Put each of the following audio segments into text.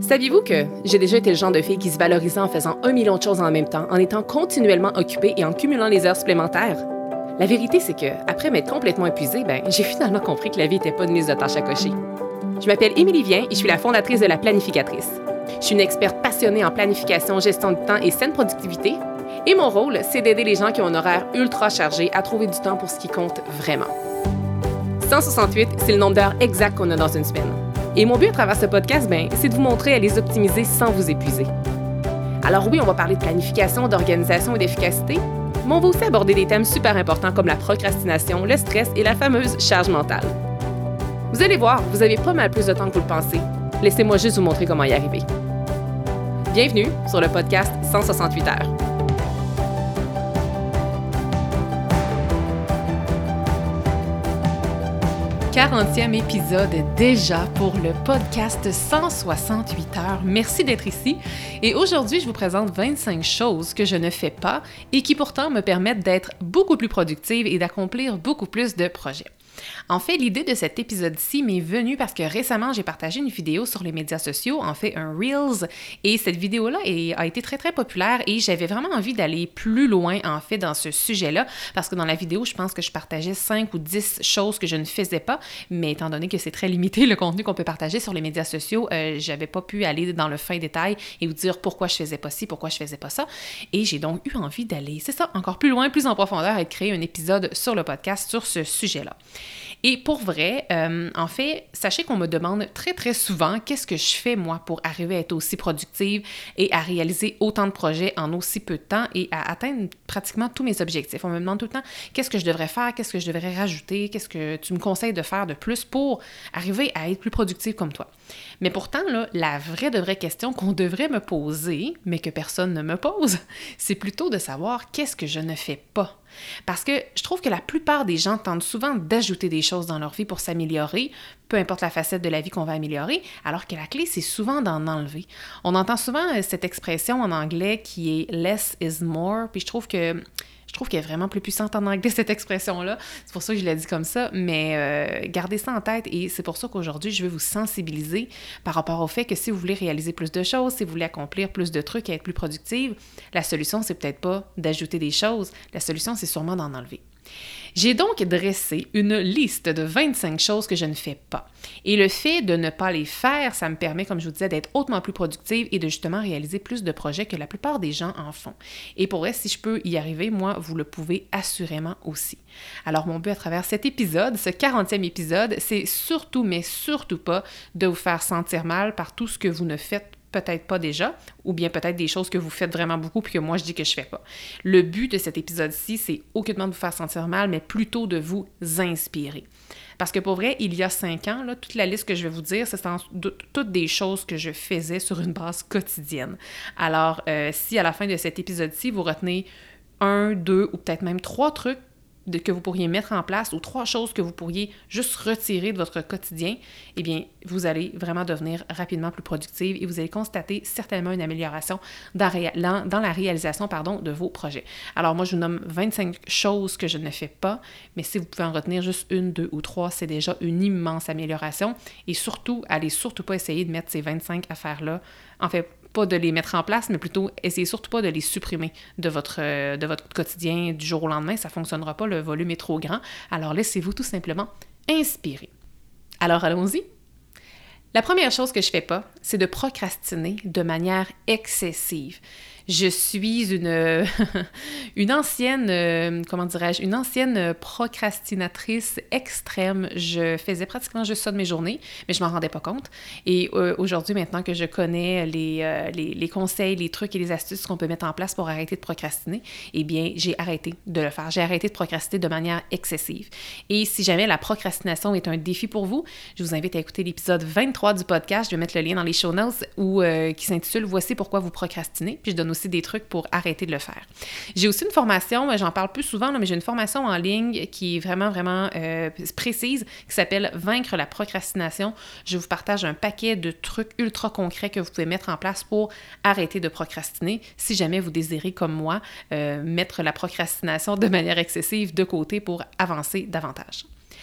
Saviez-vous que j'ai déjà été le genre de fille qui se valorisait en faisant 1 million de choses en même temps, en étant continuellement occupée et en cumulant les heures supplémentaires? La vérité, c'est que, après m'être complètement épuisée, j'ai finalement compris que la vie n'était pas une liste de tâches à cocher. Je m'appelle Émilie Vien et je suis la fondatrice de La Planificatrice. Je suis une experte passionnée en planification, gestion du temps et saine productivité. Et mon rôle, c'est d'aider les gens qui ont un horaire ultra chargé à trouver du temps pour ce qui compte vraiment. 168, c'est le nombre d'heures exact qu'on a dans une semaine. Et mon but à travers ce podcast, c'est de vous montrer à les optimiser sans vous épuiser. Alors oui, on va parler de planification, d'organisation et d'efficacité, mais on va aussi aborder des thèmes super importants comme la procrastination, le stress et la fameuse charge mentale. Vous allez voir, vous avez pas mal plus de temps que vous le pensez. Laissez-moi juste vous montrer comment y arriver. Bienvenue sur le podcast 168 heures. 40e épisode déjà pour le podcast 168 heures. Merci d'être ici. Et aujourd'hui, je vous présente 25 choses que je ne fais pas et qui pourtant me permettent d'être beaucoup plus productive et d'accomplir beaucoup plus de projets. En fait, l'idée de cet épisode-ci m'est venue parce que récemment, j'ai partagé une vidéo sur les médias sociaux, en fait un Reels, et cette vidéo-là a été très, très populaire et j'avais vraiment envie d'aller plus loin, en fait, dans ce sujet-là, parce que dans la vidéo, je pense que je partageais 5 ou 10 choses que je ne faisais pas, mais étant donné que c'est très limité le contenu qu'on peut partager sur les médias sociaux, j'avais pas pu aller dans le fin détail et vous dire pourquoi je faisais pas ci, pourquoi je faisais pas ça, et j'ai donc eu envie d'aller, c'est ça, encore plus loin, plus en profondeur et de créer un épisode sur le podcast sur ce sujet-là. Et pour vrai, en fait, sachez qu'on me demande très, très souvent qu'est-ce que je fais, moi, pour arriver à être aussi productive et à réaliser autant de projets en aussi peu de temps et à atteindre pratiquement tous mes objectifs. On me demande tout le temps qu'est-ce que je devrais faire, qu'est-ce que je devrais rajouter, qu'est-ce que tu me conseilles de faire de plus pour arriver à être plus productive comme toi. Mais pourtant, là, la vraie question qu'on devrait me poser, mais que personne ne me pose, c'est plutôt de savoir qu'est-ce que je ne fais pas. Parce que je trouve que la plupart des gens tentent souvent d'ajouter des choses dans leur vie pour s'améliorer, peu importe la facette de la vie qu'on va améliorer, alors que la clé, c'est souvent d'en enlever. On entend souvent cette expression en anglais qui est « less is more », puis je trouve qu'elle est vraiment plus puissante en anglais, cette expression-là. C'est pour ça que je l'ai dit comme ça, mais gardez ça en tête et c'est pour ça qu'aujourd'hui, je vais vous sensibiliser par rapport au fait que si vous voulez réaliser plus de choses, si vous voulez accomplir plus de trucs et être plus productive, la solution, c'est peut-être pas d'ajouter des choses. La solution, c'est sûrement d'en enlever. J'ai donc dressé une liste de 25 choses que je ne fais pas. Et le fait de ne pas les faire, ça me permet, comme je vous disais, d'être hautement plus productive et de justement réaliser plus de projets que la plupart des gens en font. Et pour vrai, si je peux y arriver, moi, vous le pouvez assurément aussi. Alors, mon but à travers cet épisode, ce 40e épisode, c'est surtout, mais surtout pas de vous faire sentir mal par tout ce que vous ne faites peut-être pas déjà, ou bien peut-être des choses que vous faites vraiment beaucoup puis que moi je dis que je fais pas. Le but de cet épisode-ci, c'est aucunement de vous faire sentir mal, mais plutôt de vous inspirer. Parce que pour vrai, il y a 5 ans, là, toute la liste que je vais vous dire, c'est toutes des choses que je faisais sur une base quotidienne. Alors, si à la fin de cet épisode-ci, vous retenez 1, 2 ou peut-être même 3 trucs que vous pourriez mettre en place ou 3 choses que vous pourriez juste retirer de votre quotidien, eh bien, vous allez vraiment devenir rapidement plus productive et vous allez constater certainement une amélioration dans la réalisation de vos projets. Alors moi, je vous nomme 25 choses que je ne fais pas, mais si vous pouvez en retenir juste 1, 2 ou 3, c'est déjà une immense amélioration et surtout, allez surtout pas essayer de mettre ces 25 affaires-là, en fait, pas de les mettre en place, mais plutôt essayez surtout pas de les supprimer de votre quotidien du jour au lendemain. Ça ne fonctionnera pas, le volume est trop grand. Alors laissez-vous tout simplement inspirer. Alors allons-y. La première chose que je fais pas, c'est de procrastiner de manière excessive. Je suis une ancienne procrastinatrice extrême. Je faisais pratiquement juste ça de mes journées, mais je m'en rendais pas compte. Et aujourd'hui, maintenant que je connais les conseils, les trucs et les astuces qu'on peut mettre en place pour arrêter de procrastiner, eh bien, j'ai arrêté de le faire. J'ai arrêté de procrastiner de manière excessive. Et si jamais la procrastination est un défi pour vous, je vous invite à écouter l'épisode 23 du podcast. Je vais mettre le lien dans les show notes qui s'intitule « Voici pourquoi vous procrastinez ». Puis je donne aussi des trucs pour arrêter de le faire. J'ai aussi une formation, j'en parle plus souvent, mais j'ai une formation en ligne qui est vraiment précise, qui s'appelle « Vaincre la procrastination ». Je vous partage un paquet de trucs ultra concrets que vous pouvez mettre en place pour arrêter de procrastiner si jamais vous désirez, comme moi, mettre la procrastination de manière excessive de côté pour avancer davantage.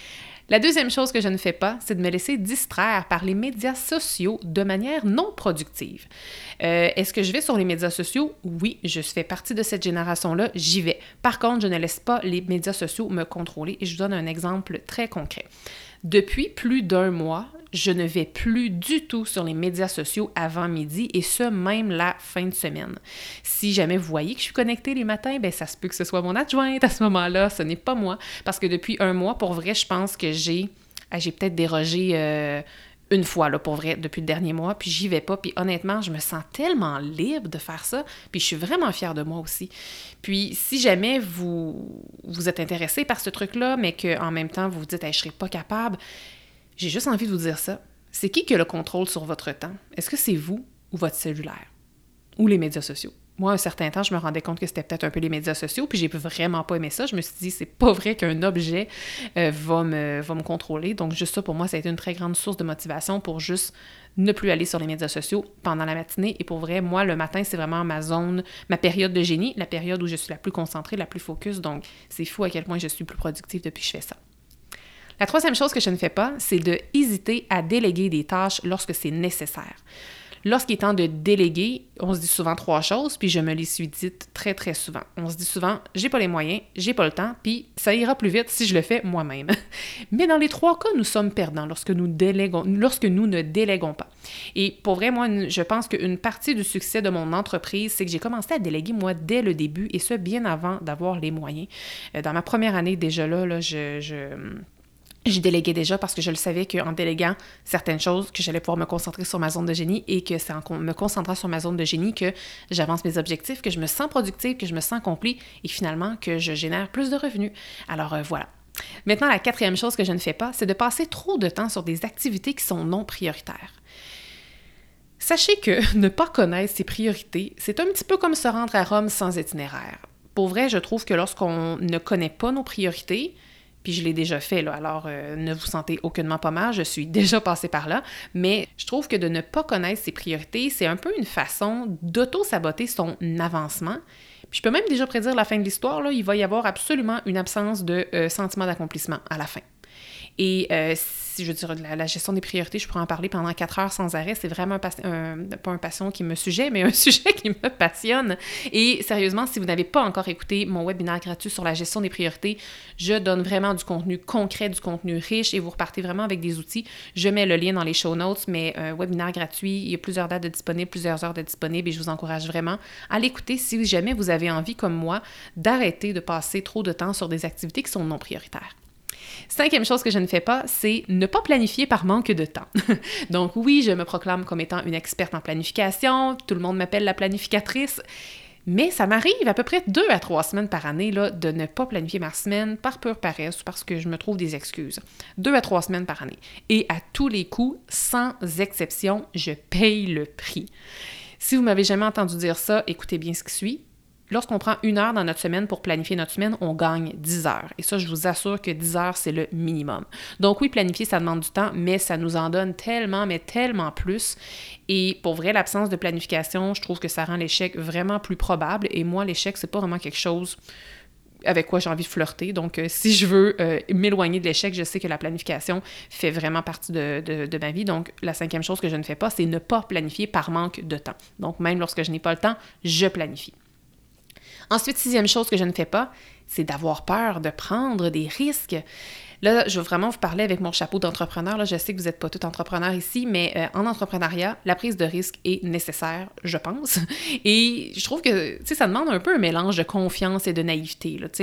La deuxième chose que je ne fais pas, c'est de me laisser distraire par les médias sociaux de manière non productive. Est-ce que je vais sur les médias sociaux? Oui, je fais partie de cette génération-là, j'y vais. Par contre, je ne laisse pas les médias sociaux me contrôler et je vous donne un exemple très concret. Depuis plus d'1 mois, je ne vais plus du tout sur les médias sociaux avant midi et ce, même la fin de semaine. Si jamais vous voyez que je suis connectée les matins, bien, ça se peut que ce soit mon adjointe à ce moment-là, ce n'est pas moi. Parce que depuis 1 mois, pour vrai, je pense que j'ai peut-être dérogé une fois, là, pour vrai, depuis le dernier mois, puis j'y vais pas. Puis honnêtement, je me sens tellement libre de faire ça, puis je suis vraiment fière de moi aussi. Puis si jamais vous êtes intéressé par ce truc-là, mais qu'en même temps, vous vous dites hey, « je serais pas capable », j'ai juste envie de vous dire ça. C'est qui a le contrôle sur votre temps? Est-ce que c'est vous ou votre cellulaire? Ou les médias sociaux? Moi, un certain temps, je me rendais compte que c'était peut-être un peu les médias sociaux, puis j'ai vraiment pas aimé ça. Je me suis dit, c'est pas vrai qu'un objet va me contrôler. Donc, juste ça, pour moi, ça a été une très grande source de motivation pour juste ne plus aller sur les médias sociaux pendant la matinée. Et pour vrai, moi, le matin, c'est vraiment ma période de génie, la période où je suis la plus concentrée, la plus focus. Donc, c'est fou à quel point je suis plus productive depuis que je fais ça. La troisième chose que je ne fais pas, c'est de hésiter à déléguer des tâches lorsque c'est nécessaire. Lorsqu'il est temps de déléguer, on se dit souvent 3 choses, puis je me les suis dites très, très souvent. On se dit souvent, j'ai pas les moyens, j'ai pas le temps, puis ça ira plus vite si je le fais moi-même. Mais dans les 3 cas, nous sommes perdants lorsque nous ne déléguons pas. Et pour vrai, moi, je pense qu'une partie du succès de mon entreprise, c'est que j'ai commencé à déléguer, moi, dès le début, et ce, bien avant d'avoir les moyens. Dans ma première année, déjà là, j'ai délégué déjà parce que je le savais qu'en déléguant certaines choses, que j'allais pouvoir me concentrer sur ma zone de génie et que c'est en me concentrant sur ma zone de génie que j'avance mes objectifs, que je me sens productive, que je me sens accomplie et finalement que je génère plus de revenus. Alors voilà. Maintenant, la 4e chose que je ne fais pas, c'est de passer trop de temps sur des activités qui sont non prioritaires. Sachez que ne pas connaître ses priorités, c'est un petit peu comme se rendre à Rome sans itinéraire. Pour vrai, je trouve que lorsqu'on ne connaît pas nos priorités, puis je l'ai déjà fait, là, alors ne vous sentez aucunement pas mal, je suis déjà passée par là, mais je trouve que de ne pas connaître ses priorités, c'est un peu une façon d'auto-saboter son avancement. Puis je peux même déjà prédire la fin de l'histoire, là, il va y avoir absolument une absence de sentiment d'accomplissement à la fin. Et si je veux dire, la gestion des priorités, je pourrais en parler pendant 4 heures sans arrêt. C'est vraiment pas un passion qui me sujet, mais un sujet qui me passionne. Et sérieusement, si vous n'avez pas encore écouté mon webinaire gratuit sur la gestion des priorités, je donne vraiment du contenu concret, du contenu riche et vous repartez vraiment avec des outils. Je mets le lien dans les show notes, mais webinaire gratuit, il y a plusieurs dates de disponibles, plusieurs heures de disponibles et je vous encourage vraiment à l'écouter si jamais vous avez envie, comme moi, d'arrêter de passer trop de temps sur des activités qui sont non prioritaires. 5e chose que je ne fais pas, c'est ne pas planifier par manque de temps. Donc oui, je me proclame comme étant une experte en planification, tout le monde m'appelle la planificatrice, mais ça m'arrive à peu près 2 à 3 semaines par année là, de ne pas planifier ma semaine par pure paresse ou parce que je me trouve des excuses. 2 à 3 semaines par année. Et à tous les coups, sans exception, je paye le prix. Si vous m'avez jamais entendu dire ça, écoutez bien ce qui suit. Lorsqu'on prend 1 heure dans notre semaine pour planifier notre semaine, on gagne 10 heures. Et ça, je vous assure que 10 heures, c'est le minimum. Donc oui, planifier, ça demande du temps, mais ça nous en donne tellement, mais tellement plus. Et pour vrai, l'absence de planification, je trouve que ça rend l'échec vraiment plus probable. Et moi, l'échec, c'est pas vraiment quelque chose avec quoi j'ai envie de flirter. Donc, si je veux m'éloigner de l'échec, je sais que la planification fait vraiment partie de ma vie. Donc, la 5e chose que je ne fais pas, c'est ne pas planifier par manque de temps. Donc, même lorsque je n'ai pas le temps, je planifie. Ensuite, 6e chose que je ne fais pas, c'est d'avoir peur de prendre des risques. Là, je veux vraiment vous parler avec mon chapeau d'entrepreneur. Là, je sais que vous n'êtes pas tous entrepreneurs ici, mais en entrepreneuriat, la prise de risque est nécessaire, je pense. Et je trouve que, tu sais, ça demande un peu un mélange de confiance et de naïveté. Tu sais,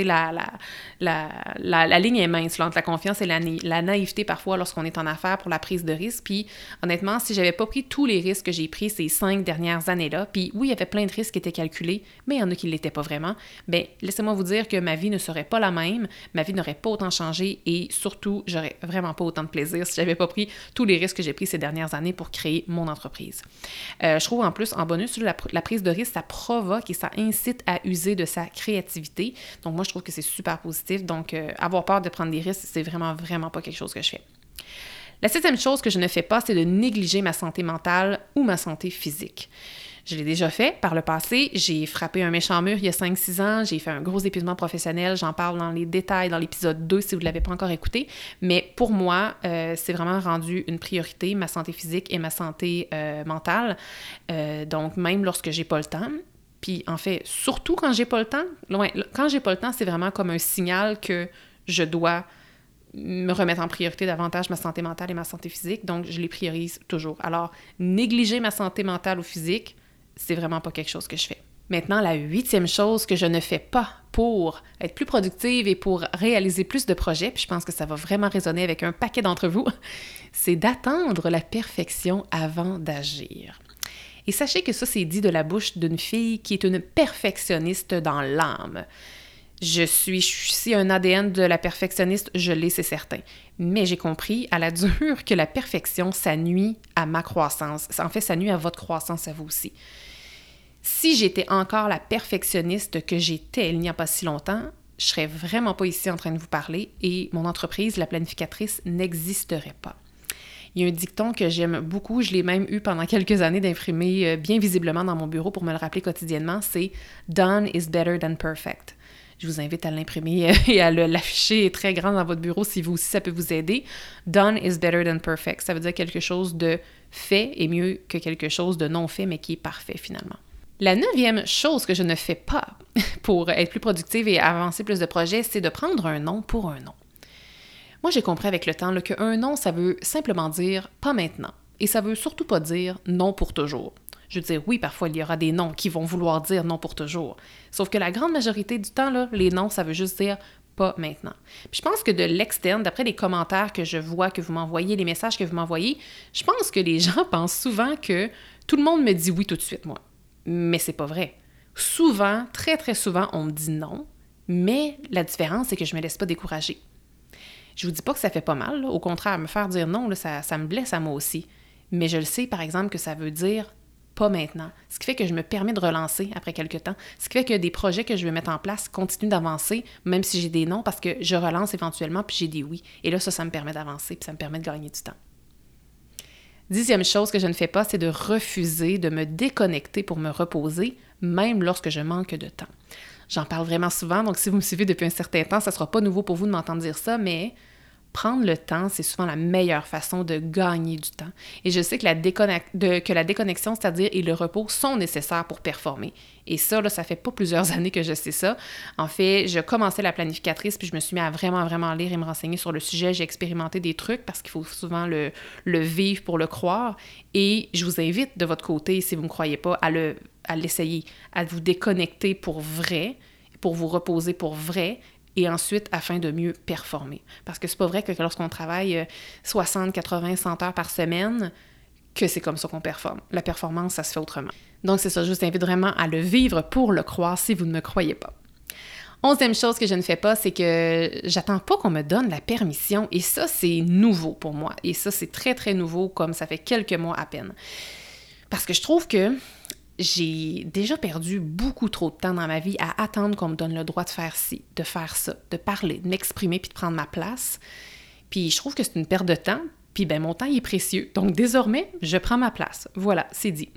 la ligne est mince là, entre la confiance et la naïveté parfois lorsqu'on est en affaires pour la prise de risque. Puis, honnêtement, si j'avais pas pris tous les risques que j'ai pris ces 5 dernières années-là, puis oui, il y avait plein de risques qui étaient calculés, mais il y en a qui ne l'étaient pas vraiment, bien, laissez-moi vous dire que ma vie ne serait pas la même, ma vie n'aurait pas autant changé et surtout, j'aurais vraiment pas autant de plaisir si j'avais pas pris tous les risques que j'ai pris ces dernières années pour créer mon entreprise. Je trouve en plus, en bonus, la prise de risque, ça provoque et ça incite à user de sa créativité. Donc moi, je trouve que c'est super positif. Donc, avoir peur de prendre des risques, c'est vraiment, vraiment pas quelque chose que je fais. La 7e chose que je ne fais pas, c'est de négliger ma santé mentale ou ma santé physique. Je l'ai déjà fait par le passé. J'ai frappé un méchant mur il y a 5-6 ans. J'ai fait un gros épuisement professionnel. J'en parle dans les détails dans l'épisode 2 si vous ne l'avez pas encore écouté. Mais pour moi, c'est vraiment rendu une priorité, ma santé physique et ma santé mentale. Donc, même lorsque j'ai pas le temps, puis en fait, surtout quand j'ai pas le temps, quand j'ai pas le temps, c'est vraiment comme un signal que je dois me remettre en priorité davantage ma santé mentale et ma santé physique, donc je les priorise toujours. Alors, négliger ma santé mentale ou physique, c'est vraiment pas quelque chose que je fais. Maintenant, la 8e chose que je ne fais pas pour être plus productive et pour réaliser plus de projets, puis je pense que ça va vraiment résonner avec un paquet d'entre vous, c'est d'attendre la perfection avant d'agir. Et sachez que ça, c'est dit de la bouche d'une fille qui est une perfectionniste dans l'âme. Si un ADN de la perfectionniste, je l'ai, c'est certain. Mais j'ai compris à la dure que la perfection, ça nuit à ma croissance. En fait, ça nuit à votre croissance à vous aussi. Si j'étais encore la perfectionniste que j'étais il n'y a pas si longtemps, je serais vraiment pas ici en train de vous parler et mon entreprise, la planificatrice, n'existerait pas. Il y a un dicton que j'aime beaucoup, je l'ai même eu pendant quelques années d'imprimer bien visiblement dans mon bureau pour me le rappeler quotidiennement, c'est « Done is better than perfect ». Je vous invite à l'imprimer et à l'afficher très grand dans votre bureau si vous aussi ça peut vous aider. Done is better than perfect. Ça veut dire quelque chose de fait est mieux que quelque chose de non fait, mais qui est parfait finalement. La 9e chose que je ne fais pas pour être plus productive et avancer plus de projets, c'est de prendre un non pour un non. Moi, j'ai compris avec le temps là, qu'un non, ça veut simplement dire « pas maintenant ». Et ça veut surtout pas dire « non pour toujours ». Je veux dire, oui, parfois, il y aura des noms qui vont vouloir dire non pour toujours. Sauf que la grande majorité du temps, là, les noms, ça veut juste dire pas maintenant. Puis je pense que de l'externe, d'après les commentaires que je vois, que vous m'envoyez, les messages que vous m'envoyez, je pense que les gens pensent souvent que tout le monde me dit oui tout de suite, moi. Mais c'est pas vrai. Souvent, très, très souvent, on me dit non, mais la différence, c'est que je me laisse pas décourager. Je vous dis pas que ça fait pas mal, là. Au contraire, me faire dire non, là, ça me blesse à moi aussi. Mais je le sais, par exemple, que ça veut dire pas maintenant. Ce qui fait que je me permets de relancer après quelques temps. Ce qui fait que des projets que je vais mettre en place continuent d'avancer, même si j'ai des non, parce que je relance éventuellement, puis j'ai des oui. Et là, ça me permet d'avancer, puis ça me permet de gagner du temps. 10e chose que je ne fais pas, c'est de refuser de me déconnecter pour me reposer, même lorsque je manque de temps. J'en parle vraiment souvent, donc si vous me suivez depuis un certain temps, ça ne sera pas nouveau pour vous de m'entendre dire ça, mais prendre le temps, c'est souvent la meilleure façon de gagner du temps. Et je sais que la déconnexion, c'est-à-dire et le repos, sont nécessaires pour performer. Et ça, là, ça fait pas plusieurs années que je sais ça. En fait, je commençais la planificatrice, puis je me suis mis à vraiment lire et me renseigner sur le sujet. J'ai expérimenté des trucs parce qu'il faut souvent le vivre pour le croire. Et je vous invite de votre côté, si vous ne me croyez pas, à l'essayer, à vous déconnecter pour vrai, pour vous reposer pour vrai, et ensuite afin de mieux performer. Parce que c'est pas vrai que lorsqu'on travaille 60, 80, 100 heures par semaine, que c'est comme ça qu'on performe. La performance, ça se fait autrement. Donc c'est ça, je vous invite vraiment à le vivre pour le croire si vous ne me croyez pas. 11e chose que je ne fais pas, c'est que j'attends pas qu'on me donne la permission, et ça, c'est nouveau pour moi. Et ça, c'est très, très nouveau, comme ça fait quelques mois à peine. Parce que je trouve que j'ai déjà perdu beaucoup trop de temps dans ma vie à attendre qu'on me donne le droit de faire ci, de faire ça, de parler, de m'exprimer puis de prendre ma place. Puis je trouve que c'est une perte de temps, puis ben mon temps il est précieux. Donc désormais, je prends ma place. Voilà, c'est dit.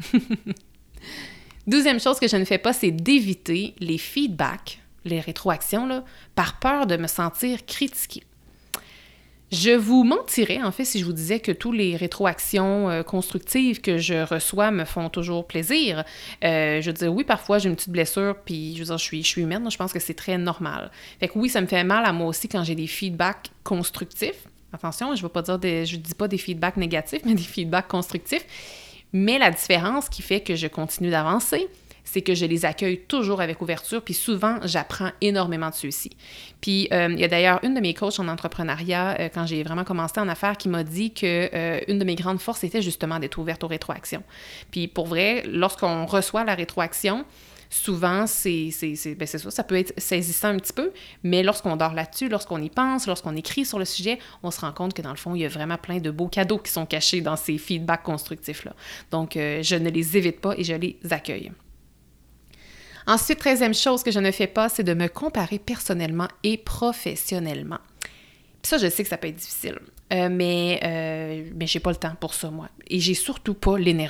12e chose que je ne fais pas, c'est d'éviter les feedbacks, les rétroactions, là, par peur de me sentir critiquée. Je vous mentirais, en fait, si je vous disais que tous les rétroactions constructives que je reçois me font toujours plaisir. Je veux dire, oui, parfois, j'ai une petite blessure, puis je veux dire, je suis humaine, donc je pense que c'est très normal. Fait que oui, ça me fait mal à moi aussi quand j'ai des feedbacks constructifs. Attention, je dis pas des feedbacks négatifs, mais des feedbacks constructifs. Mais la différence qui fait que je continue d'avancer, c'est que je les accueille toujours avec ouverture, puis souvent, j'apprends énormément de ceux-ci. Puis, il y a d'ailleurs une de mes coachs en entrepreneuriat, quand j'ai vraiment commencé en affaires, qui m'a dit que une de mes grandes forces était justement d'être ouverte aux rétroactions. Puis, pour vrai, lorsqu'on reçoit la rétroaction, souvent, c'est ça, ça peut être saisissant un petit peu, mais lorsqu'on dort là-dessus, lorsqu'on y pense, lorsqu'on écrit sur le sujet, on se rend compte que dans le fond, il y a vraiment plein de beaux cadeaux qui sont cachés dans ces feedbacks constructifs-là. Donc, je ne les évite pas et je les accueille. Ensuite, 13e chose que je ne fais pas, c'est de me comparer personnellement et professionnellement. Puis ça, je sais que ça peut être difficile, mais j'ai pas le temps pour ça, moi. Et j'ai surtout pas l'énergie.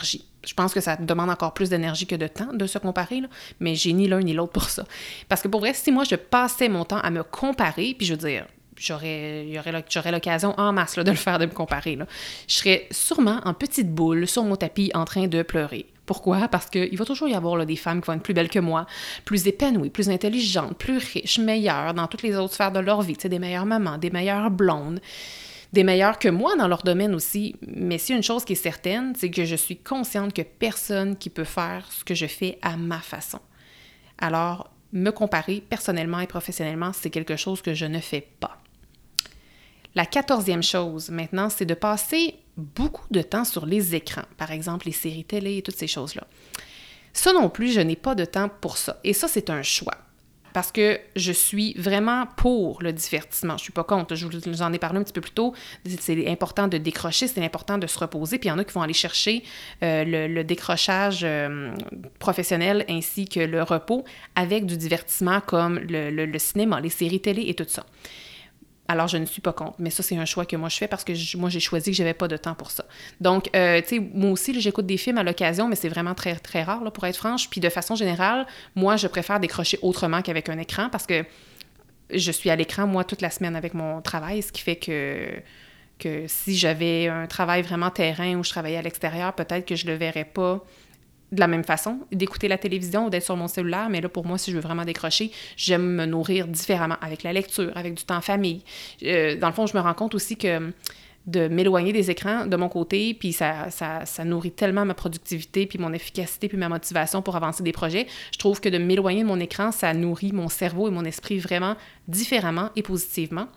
Je pense que ça demande encore plus d'énergie que de temps de se comparer, là, mais j'ai ni l'un ni l'autre pour ça. Parce que pour vrai, si moi, je passais mon temps à me comparer, puis je veux dire, j'aurais l'occasion en masse là, de le faire, de me comparer, là. Je serais sûrement en petite boule sur mon tapis en train de pleurer. Pourquoi? Parce qu'il va toujours y avoir là, des femmes qui vont être plus belles que moi, plus épanouies, plus intelligentes, plus riches, meilleures dans toutes les autres sphères de leur vie. Tu sais, des meilleures mamans, des meilleures blondes, des meilleures que moi dans leur domaine aussi. Mais s'il y a une chose qui est certaine, c'est que je suis consciente que personne qui peut faire ce que je fais à ma façon. Alors, me comparer personnellement et professionnellement, c'est quelque chose que je ne fais pas. La 14e chose, maintenant, c'est de passer beaucoup de temps sur les écrans, par exemple les séries télé et toutes ces choses-là. Ça non plus, je n'ai pas de temps pour ça. Et ça, c'est un choix. Parce que je suis vraiment pour le divertissement. Je ne suis pas contre. Je vous en ai parlé un petit peu plus tôt. C'est important de décrocher, c'est important de se reposer. Puis il y en a qui vont aller chercher le décrochage professionnel ainsi que le repos avec du divertissement comme le cinéma, les séries télé et tout ça. Alors, je ne suis pas contre, mais ça, c'est un choix que moi, je fais parce que moi, j'ai choisi que je n'avais pas de temps pour ça. Donc, tu sais, moi aussi, là, j'écoute des films à l'occasion, mais c'est vraiment très, très rare, là, pour être franche. Puis, de façon générale, moi, je préfère décrocher autrement qu'avec un écran parce que je suis à l'écran, moi, toute la semaine avec mon travail, ce qui fait que si j'avais un travail vraiment terrain où je travaillais à l'extérieur, peut-être que je le verrais pas de la même façon, d'écouter la télévision ou d'être sur mon cellulaire, mais là, pour moi, si je veux vraiment décrocher, j'aime me nourrir différemment, avec la lecture, avec du temps en famille. Dans le fond, je me rends compte aussi que de m'éloigner des écrans de mon côté, puis ça nourrit tellement ma productivité, puis mon efficacité, puis ma motivation pour avancer des projets. Je trouve que de m'éloigner de mon écran, ça nourrit mon cerveau et mon esprit vraiment différemment et positivement.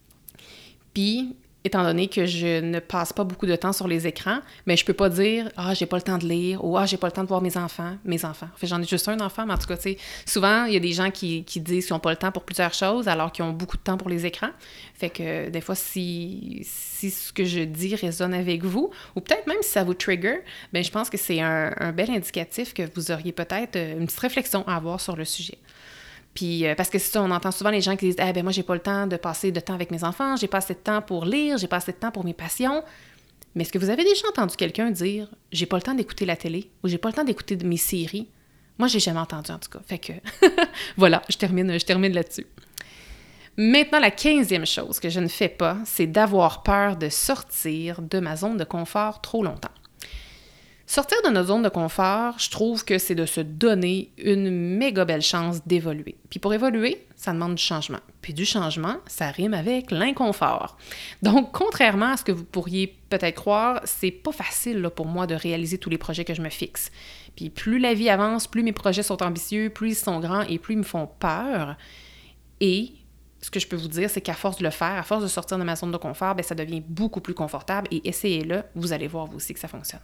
Puis, étant donné que je ne passe pas beaucoup de temps sur les écrans, mais je peux pas dire « Ah, j'ai pas le temps de lire » ou « Ah, j'ai pas le temps de voir mes enfants. » En fait, j'en ai juste un enfant, mais en tout cas, tu sais, souvent, il y a des gens qui disent qu'ils n'ont pas le temps pour plusieurs choses alors qu'ils ont beaucoup de temps pour les écrans. Fait que, des fois, si ce que je dis résonne avec vous, ou peut-être même si ça vous trigger, bien, je pense que c'est un bel indicatif que vous auriez peut-être une petite réflexion à avoir sur le sujet. Puis, parce que on entend souvent les gens qui disent « Ah, ben moi, j'ai pas le temps de passer de temps avec mes enfants, j'ai pas assez de temps pour lire, j'ai pas assez de temps pour mes passions. » Mais est-ce que vous avez déjà entendu quelqu'un dire « J'ai pas le temps d'écouter la télé » ou « J'ai pas le temps d'écouter mes séries » ? Moi, j'ai jamais entendu, en tout cas. Fait que, voilà, je termine là-dessus. Maintenant, la 15e chose que je ne fais pas, c'est d'avoir peur de sortir de ma zone de confort trop longtemps. Sortir de notre zone de confort, je trouve que c'est de se donner une méga belle chance d'évoluer. Puis pour évoluer, ça demande du changement. Puis du changement, ça rime avec l'inconfort. Donc, contrairement à ce que vous pourriez peut-être croire, c'est pas facile là, pour moi de réaliser tous les projets que je me fixe. Puis plus la vie avance, plus mes projets sont ambitieux, plus ils sont grands et plus ils me font peur. Et ce que je peux vous dire, c'est qu'à force de le faire, à force de sortir de ma zone de confort, bien, ça devient beaucoup plus confortable et essayez-le, vous allez voir vous aussi que ça fonctionne.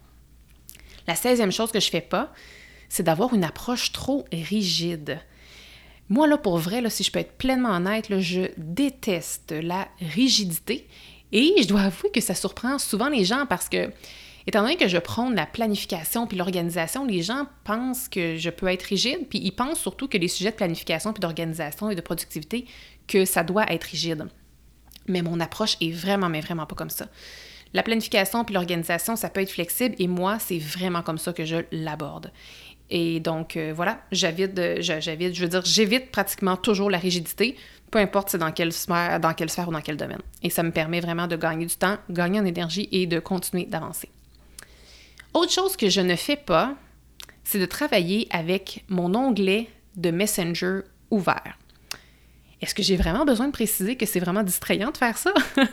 La 16e chose que je fais pas, c'est d'avoir une approche trop rigide. Moi, là, pour vrai, là, si je peux être pleinement honnête, là, je déteste la rigidité et je dois avouer que ça surprend souvent les gens parce que, étant donné que je prône la planification puis l'organisation, les gens pensent que je peux être rigide, puis ils pensent surtout que les sujets de planification puis d'organisation et de productivité, que ça doit être rigide. Mais mon approche est vraiment, mais vraiment pas comme ça. La planification puis l'organisation, ça peut être flexible et moi, c'est vraiment comme ça que je l'aborde. Et donc, voilà, j'évite pratiquement toujours la rigidité, peu importe c'est dans quelle sphère ou dans quel domaine. Et ça me permet vraiment de gagner du temps, gagner en énergie et de continuer d'avancer. Autre chose que je ne fais pas, c'est de travailler avec mon onglet de Messenger ouvert. Est-ce que j'ai vraiment besoin de préciser que c'est vraiment distrayant de faire ça?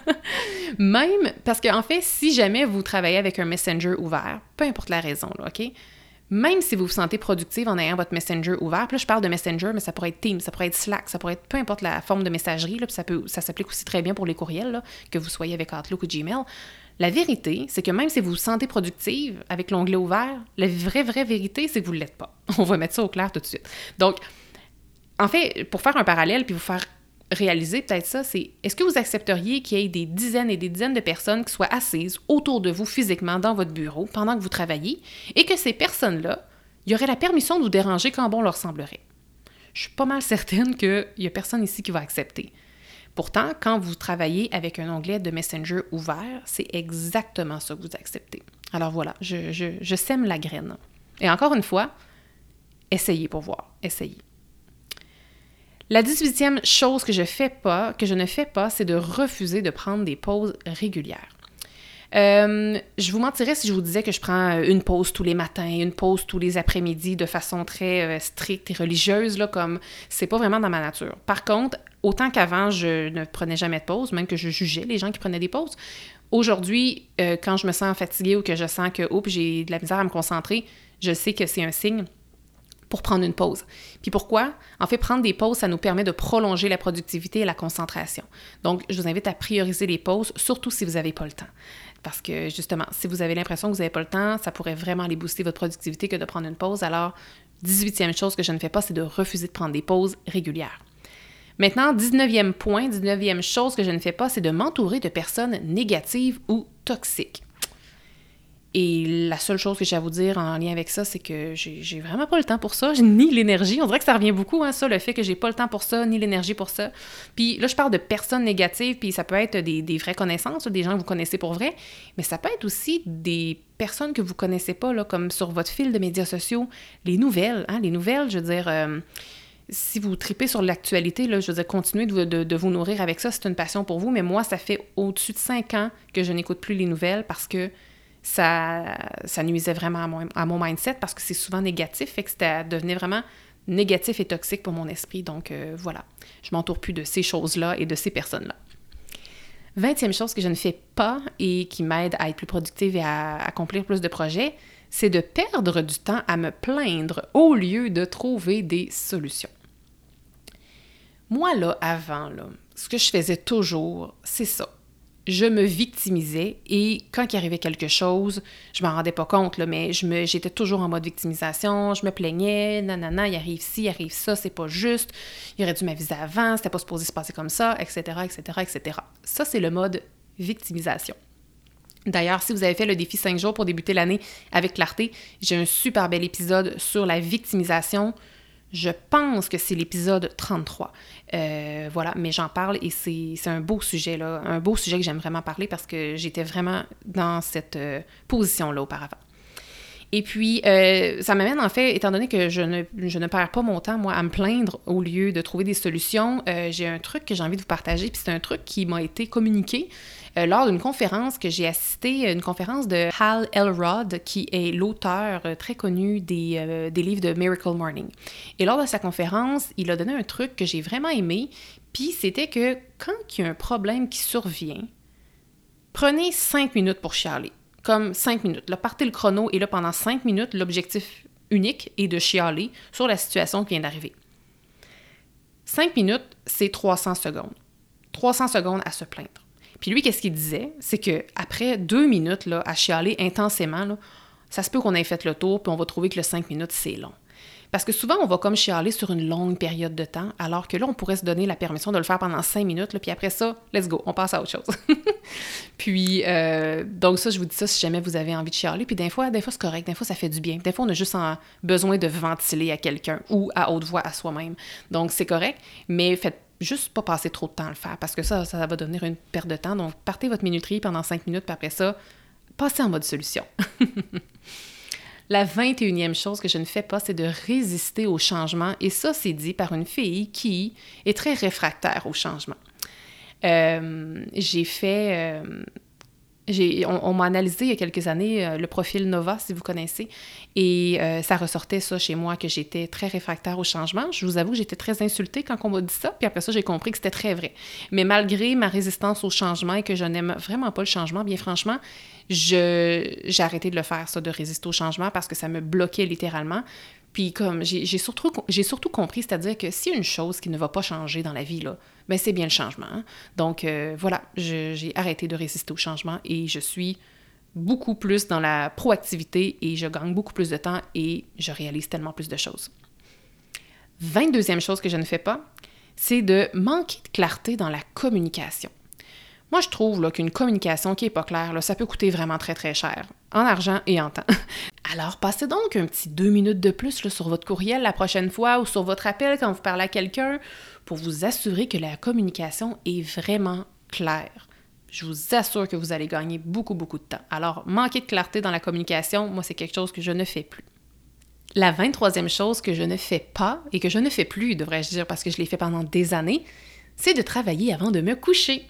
Même, parce qu'en fait, si jamais vous travaillez avec un Messenger ouvert, peu importe la raison, là, OK? Même si vous vous sentez productive en ayant votre Messenger ouvert, puis là, je parle de Messenger, mais ça pourrait être Teams, ça pourrait être Slack, ça pourrait être peu importe la forme de messagerie, là, puis ça s'applique aussi très bien pour les courriels, là, que vous soyez avec Outlook ou Gmail. La vérité, c'est que même si vous vous sentez productive avec l'onglet ouvert, la vraie vérité, c'est que vous ne l'êtes pas. On va mettre ça au clair tout de suite. Donc, en fait, pour faire un parallèle puis vous faire réaliser peut-être ça, c'est est-ce que vous accepteriez qu'il y ait des dizaines et des dizaines de personnes qui soient assises autour de vous physiquement dans votre bureau pendant que vous travaillez et que ces personnes-là, il y aurait la permission de vous déranger quand bon leur semblerait? Je suis pas mal certaine qu'il y a personne ici qui va accepter. Pourtant, quand vous travaillez avec un onglet de Messenger ouvert, c'est exactement ça que vous acceptez. Alors voilà, je sème la graine. Et encore une fois, essayez pour voir. Essayez. La 18e chose que je ne fais pas, c'est de refuser de prendre des pauses régulières. Je vous mentirais si je vous disais que je prends une pause tous les matins, une pause tous les après-midi de façon très stricte et religieuse, là, comme c'est pas vraiment dans ma nature. Par contre, autant qu'avant, je ne prenais jamais de pause, même que je jugeais les gens qui prenaient des pauses. Aujourd'hui, quand je me sens fatiguée ou que je sens que j'ai de la misère à me concentrer, je sais que c'est un signe pour prendre une pause. Puis pourquoi? En fait, prendre des pauses, ça nous permet de prolonger la productivité et la concentration. Donc, je vous invite à prioriser les pauses, surtout si vous n'avez pas le temps. Parce que, justement, si vous avez l'impression que vous n'avez pas le temps, ça pourrait vraiment aller booster votre productivité que de prendre une pause. Alors, 18e chose que je ne fais pas, c'est de refuser de prendre des pauses régulières. Maintenant, 19e chose que je ne fais pas, c'est de m'entourer de personnes négatives ou toxiques. Et la seule chose que j'ai à vous dire en lien avec ça, c'est que j'ai vraiment pas le temps pour ça, ni l'énergie. On dirait que ça revient beaucoup, ça, le fait que j'ai pas le temps pour ça, ni l'énergie pour ça. Puis là, je parle de personnes négatives, puis ça peut être des vraies connaissances, des gens que vous connaissez pour vrai, mais ça peut être aussi des personnes que vous connaissez pas, là, comme sur votre fil de médias sociaux, les nouvelles, les nouvelles, je veux dire... si vous tripez sur l'actualité, là, je veux dire, continuez de vous nourrir avec ça, c'est une passion pour vous, mais moi, ça fait au-dessus de 5 ans que je n'écoute plus les nouvelles parce que ça nuisait vraiment à mon mindset parce que c'est souvent négatif, fait que ça devenait vraiment négatif et toxique pour mon esprit. Donc voilà, je m'entoure plus de ces choses-là et de ces personnes-là. 20e chose que je ne fais pas et qui m'aide à être plus productive et à accomplir plus de projets, c'est de perdre du temps à me plaindre au lieu de trouver des solutions. Moi, là, avant, là, ce que je faisais toujours, c'est ça. Je me victimisais et quand il arrivait quelque chose, je m'en rendais pas compte, là, mais j'étais toujours en mode victimisation, je me plaignais, nanana, il arrive ci, il arrive ça, c'est pas juste, il aurait dû m'aviser avant, c'était pas supposé se passer comme ça, etc., etc., etc. Ça, c'est le mode victimisation. D'ailleurs, si vous avez fait le défi 5 jours pour débuter l'année avec clarté, j'ai un super bel épisode sur la victimisation. Je pense que c'est l'épisode 33. Voilà, mais j'en parle et c'est un beau sujet, là, un beau sujet que j'aime vraiment parler parce que j'étais vraiment dans cette position-là auparavant. Et puis, ça m'amène, en fait, étant donné que je ne perds pas mon temps, moi, à me plaindre au lieu de trouver des solutions, j'ai un truc que j'ai envie de vous partager, puis c'est un truc qui m'a été communiqué lors d'une conférence que j'ai assistée, une conférence de Hal Elrod, qui est l'auteur très connu des livres de Miracle Morning. Et lors de sa conférence, il a donné un truc que j'ai vraiment aimé, puis c'était que quand il y a un problème qui survient, prenez 5 minutes pour chialer. Comme 5 minutes. Là, partez le chrono et là, pendant 5 minutes, l'objectif unique est de chialer sur la situation qui vient d'arriver. 5 minutes, c'est 300 secondes. 300 secondes à se plaindre. Puis lui, qu'est-ce qu'il disait? C'est qu'après 2 minutes là, à chialer intensément, là, ça se peut qu'on ait fait le tour puis on va trouver que le 5 minutes, c'est long. Parce que souvent, on va comme chialer sur une longue période de temps, alors que là, on pourrait se donner la permission de le faire pendant 5 minutes, là, puis après ça, let's go, on passe à autre chose. Puis, donc ça, je vous dis ça si jamais vous avez envie de chialer. Puis des fois, c'est correct, des fois, ça fait du bien. Des fois, on a juste besoin de ventiler à quelqu'un ou à haute voix à soi-même. Donc, c'est correct, mais faites juste pas passer trop de temps à le faire, parce que ça va devenir une perte de temps. Donc, partez votre minuterie pendant 5 minutes, puis après ça, passez en mode solution. La 21e chose que je ne fais pas, c'est de résister au changement. Et ça, c'est dit par une fille qui est très réfractaire au changement. On m'a analysé il y a quelques années le profil Nova, si vous connaissez, et ça ressortait ça chez moi, que j'étais très réfractaire au changement. Je vous avoue que j'étais très insultée quand on m'a dit ça, puis après ça, j'ai compris que c'était très vrai. Mais malgré ma résistance au changement et que je n'aime vraiment pas le changement, bien franchement, j'ai arrêté de le faire, ça, de résister au changement, parce que ça me bloquait littéralement. Puis comme j'ai surtout compris, c'est-à-dire que s'il y a une chose qui ne va pas changer dans la vie, là, ben c'est bien le changement. Hein? Donc voilà, j'ai arrêté de résister au changement et je suis beaucoup plus dans la proactivité et je gagne beaucoup plus de temps et je réalise tellement plus de choses. 22e chose que je ne fais pas, c'est de manquer de clarté dans la communication. Moi, je trouve là, qu'une communication qui n'est pas claire, là, ça peut coûter vraiment très, très cher, en argent et en temps. Alors, passez donc un petit 2 minutes de plus là, sur votre courriel la prochaine fois ou sur votre appel quand vous parlez à quelqu'un pour vous assurer que la communication est vraiment claire. Je vous assure que vous allez gagner beaucoup, beaucoup de temps. Alors, manquer de clarté dans la communication, moi, c'est quelque chose que je ne fais plus. La 23e chose que je ne fais pas, et que je ne fais plus, devrais-je dire, parce que je l'ai fait pendant des années, c'est de travailler avant de me coucher.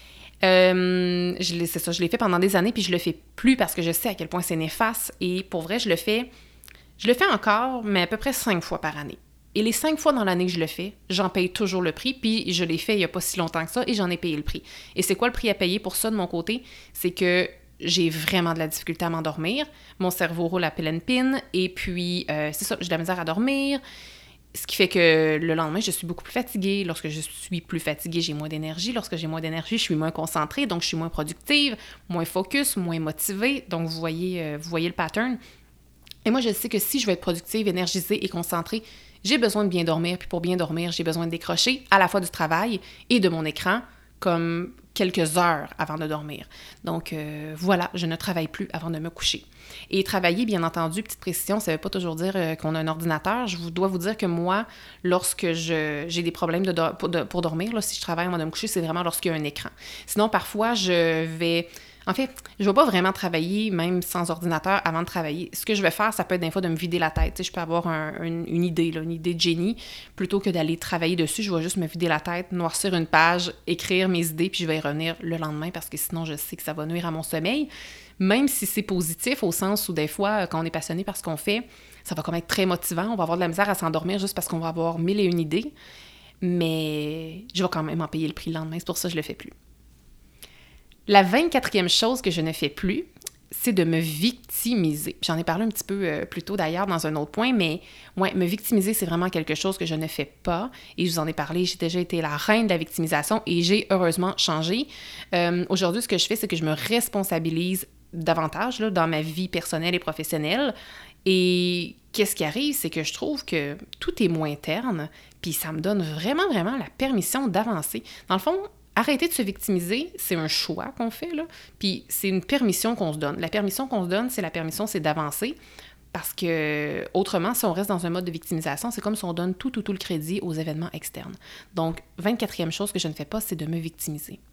C'est ça, je l'ai fait pendant des années, puis je le fais plus parce que je sais à quel point c'est néfaste. Et pour vrai, je le fais encore, mais à peu près 5 fois par année. Et les 5 fois dans l'année que je le fais, j'en paye toujours le prix, puis je l'ai fait il n'y a pas si longtemps que ça, et j'en ai payé le prix. Et c'est quoi le prix à payer pour ça de mon côté? C'est que j'ai vraiment de la difficulté à m'endormir, mon cerveau roule à pleine pine, et puis c'est ça, j'ai de la misère à dormir, ce qui fait que le lendemain, je suis beaucoup plus fatiguée. Lorsque je suis plus fatiguée, j'ai moins d'énergie. Lorsque j'ai moins d'énergie, je suis moins concentrée, donc je suis moins productive, moins focus, moins motivée. Donc vous voyez le pattern. Et moi, je sais que si je veux être productive, énergisée et concentrée, j'ai besoin de bien dormir. Puis pour bien dormir, j'ai besoin de décrocher à la fois du travail et de mon écran, comme quelques heures avant de dormir. Donc voilà, je ne travaille plus avant de me coucher. Et travailler, bien entendu, petite précision, ça ne veut pas toujours dire qu'on a un ordinateur. Je dois vous dire que moi, lorsque j'ai des problèmes pour dormir, là, si je travaille avant de me coucher, c'est vraiment lorsqu'il y a un écran. Sinon, parfois, en fait, je ne vais pas vraiment travailler, même sans ordinateur, avant de travailler. Ce que je vais faire, ça peut être des fois de me vider la tête. Tu sais, je peux avoir une idée de génie. Plutôt que d'aller travailler dessus, je vais juste me vider la tête, noircir une page, écrire mes idées, puis je vais y revenir le lendemain parce que sinon, je sais que ça va nuire à mon sommeil. Même si c'est positif, au sens où des fois, quand on est passionné par ce qu'on fait, ça va comme être très motivant. On va avoir de la misère à s'endormir juste parce qu'on va avoir 1001 idées. Mais je vais quand même en payer le prix le lendemain. C'est pour ça que je le fais plus. La 24e chose que je ne fais plus, c'est de me victimiser. J'en ai parlé un petit peu plus tôt d'ailleurs dans un autre point, mais ouais, me victimiser, c'est vraiment quelque chose que je ne fais pas. Et je vous en ai parlé, j'ai déjà été la reine de la victimisation et j'ai heureusement changé. Aujourd'hui, ce que je fais, c'est que je me responsabilise davantage là, dans ma vie personnelle et professionnelle. Et qu'est-ce qui arrive, c'est que je trouve que tout est moins terne, puis ça me donne vraiment, vraiment la permission d'avancer. Dans le fond, arrêter de se victimiser, c'est un choix qu'on fait, là, puis c'est une permission qu'on se donne. La permission qu'on se donne, c'est d'avancer, parce que autrement, si on reste dans un mode de victimisation, c'est comme si on donne tout le crédit aux événements externes. Donc, 24e chose que je ne fais pas, c'est de me victimiser.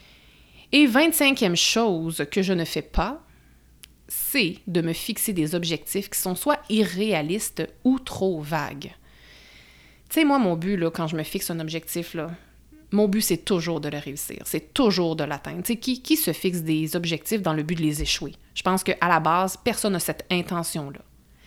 Et 25e chose que je ne fais pas, c'est de me fixer des objectifs qui sont soit irréalistes ou trop vagues. Tu sais, moi, mon but, là, quand je me fixe un objectif, là, mon but, c'est toujours de le réussir, c'est toujours de l'atteindre. Tu sais, qui se fixe des objectifs dans le but de les échouer? Je pense qu'à la base, personne n'a cette intention-là.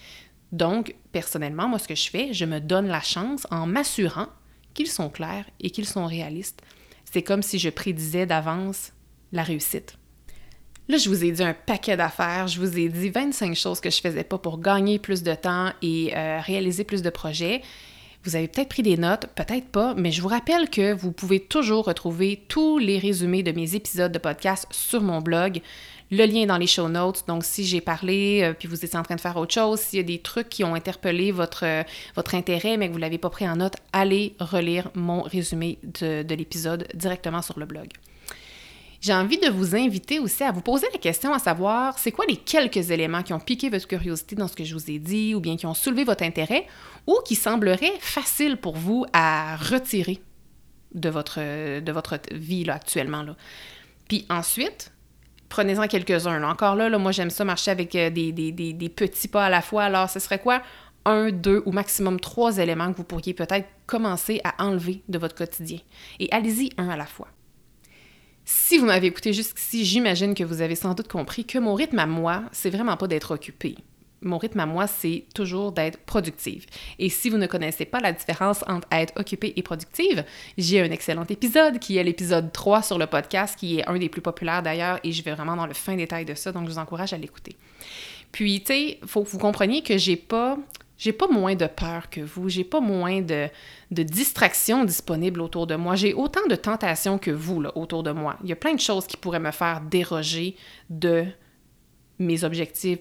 Donc, personnellement, moi, ce que je fais, je me donne la chance en m'assurant qu'ils sont clairs et qu'ils sont réalistes. C'est comme si je prédisais d'avance la réussite. Là, je vous ai dit un paquet d'affaires, je vous ai dit 25 choses que je faisais pas pour gagner plus de temps et réaliser plus de projets. Vous avez peut-être pris des notes, peut-être pas, mais je vous rappelle que vous pouvez toujours retrouver tous les résumés de mes épisodes de podcast sur mon blog. Le lien est dans les show notes, donc si j'ai parlé puis vous étiez en train de faire autre chose, s'il y a des trucs qui ont interpellé votre intérêt mais que vous ne l'avez pas pris en note, allez relire mon résumé de l'épisode directement sur le blog. J'ai envie de vous inviter aussi à vous poser la question à savoir, c'est quoi les quelques éléments qui ont piqué votre curiosité dans ce que je vous ai dit ou bien qui ont soulevé votre intérêt ou qui sembleraient faciles pour vous à retirer de votre vie là, actuellement. Là. Puis ensuite, prenez-en quelques-uns. Là. Encore là, moi j'aime ça marcher avec des petits pas à la fois. Alors, ce serait quoi? 1, 2 ou maximum 3 éléments que vous pourriez peut-être commencer à enlever de votre quotidien. Et allez-y un à la fois. Si vous m'avez écouté jusqu'ici, j'imagine que vous avez sans doute compris que mon rythme à moi, c'est vraiment pas d'être occupée. Mon rythme à moi, c'est toujours d'être productive. Et si vous ne connaissez pas la différence entre être occupée et productive, j'ai un excellent épisode qui est l'épisode 3 sur le podcast, qui est un des plus populaires d'ailleurs, et je vais vraiment dans le fin détail de ça, donc je vous encourage à l'écouter. Puis, tu sais, il faut que vous compreniez que j'ai pas moins de peur que vous, j'ai pas moins de distractions disponibles autour de moi, j'ai autant de tentations que vous là, autour de moi. Il y a plein de choses qui pourraient me faire déroger de mes objectifs,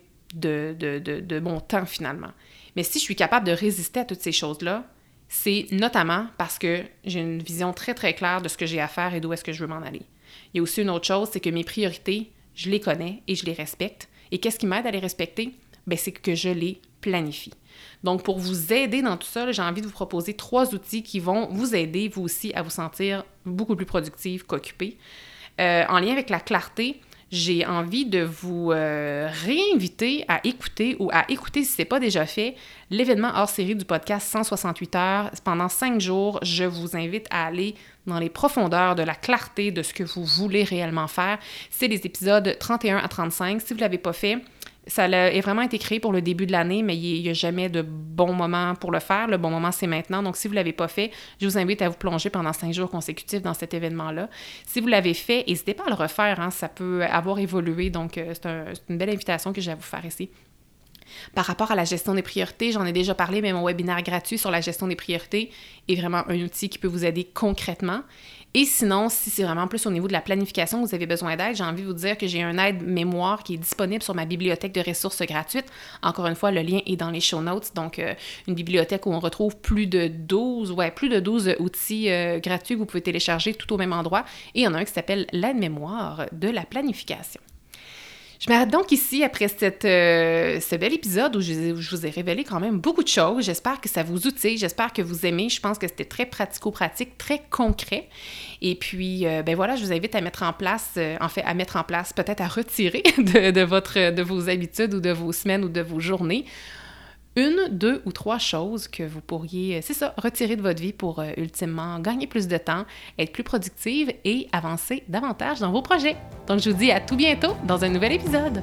de mon temps finalement. Mais si je suis capable de résister à toutes ces choses-là, c'est notamment parce que j'ai une vision très très claire de ce que j'ai à faire et d'où est-ce que je veux m'en aller. Il y a aussi une autre chose, c'est que mes priorités, je les connais et je les respecte. Et qu'est-ce qui m'aide à les respecter? Bien, c'est que je les planifie. Donc, pour vous aider dans tout ça, là, j'ai envie de vous proposer 3 outils qui vont vous aider, vous aussi, à vous sentir beaucoup plus productive qu'occupée. en lien avec la clarté, j'ai envie de vous réinviter à écouter ou à écouter, si ce n'est pas déjà fait, l'événement hors série du podcast 168 heures. Pendant 5 jours, je vous invite à aller dans les profondeurs de la clarté de ce que vous voulez réellement faire. C'est les épisodes 31 à 35. Si vous ne l'avez pas fait, ça a vraiment été créé pour le début de l'année, mais il n'y a jamais de bon moment pour le faire. Le bon moment, c'est maintenant. Donc, si vous ne l'avez pas fait, je vous invite à vous plonger pendant 5 jours consécutifs dans cet événement-là. Si vous l'avez fait, n'hésitez pas à le refaire. Hein, ça peut avoir évolué. Donc, c'est une belle invitation que j'ai à vous faire ici. Par rapport à la gestion des priorités, j'en ai déjà parlé, mais mon webinaire gratuit sur la gestion des priorités est vraiment un outil qui peut vous aider concrètement. Et sinon, si c'est vraiment plus au niveau de la planification, vous avez besoin d'aide, j'ai envie de vous dire que j'ai un aide mémoire qui est disponible sur ma bibliothèque de ressources gratuites. Encore une fois, le lien est dans les show notes. Donc, une bibliothèque où on retrouve plus de 12 outils gratuits que vous pouvez télécharger tout au même endroit. Et il y en a un qui s'appelle l'aide mémoire de la planification. Je m'arrête donc ici après ce bel épisode où je vous ai révélé quand même beaucoup de choses. J'espère que ça vous outille, j'espère que vous aimez. Je pense que c'était très pratico-pratique, très concret. Et puis, voilà, je vous invite à mettre en place, peut-être à retirer de vos habitudes ou de vos semaines ou de vos journées 1, 2 ou 3 choses que vous pourriez, retirer de votre vie pour ultimement gagner plus de temps, être plus productive et avancer davantage dans vos projets. Donc, je vous dis à tout bientôt dans un nouvel épisode.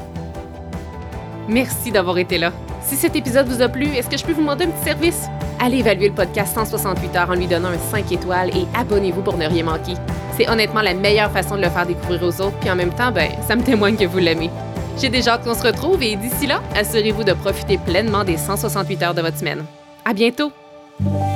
Merci d'avoir été là. Si cet épisode vous a plu, est-ce que je peux vous demander un petit service? Allez évaluer le podcast 168 heures en lui donnant un 5 étoiles et abonnez-vous pour ne rien manquer. C'est honnêtement la meilleure façon de le faire découvrir aux autres, puis en même temps, ça me témoigne que vous l'aimez. J'ai déjà hâte qu'on se retrouve et d'ici là, assurez-vous de profiter pleinement des 168 heures de votre semaine. À bientôt!